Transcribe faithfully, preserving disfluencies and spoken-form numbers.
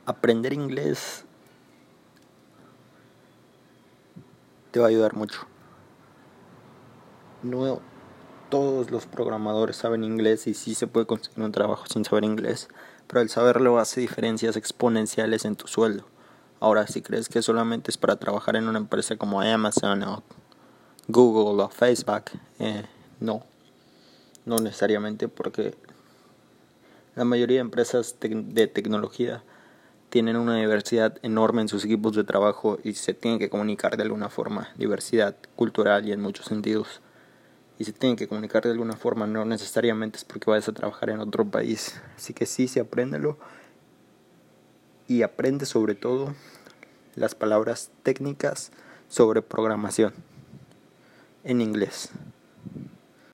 Aprender inglés te va a ayudar mucho. No todos los programadores saben inglés y sí se puede conseguir un trabajo sin saber inglés, pero el saberlo hace diferencias exponenciales en tu sueldo. Ahora, si crees que solamente es para trabajar en una empresa como Amazon o Google o Facebook, eh, no, no necesariamente, porque la mayoría de empresas de tecnología tienen una diversidad enorme en sus equipos de trabajo y se tienen que comunicar de alguna forma, diversidad cultural y en muchos sentidos. Y se tienen que comunicar de alguna forma, no necesariamente es porque vayas a trabajar en otro país. Así que sí, sí, apréndelo y aprende sobre todo las palabras técnicas sobre programación en inglés.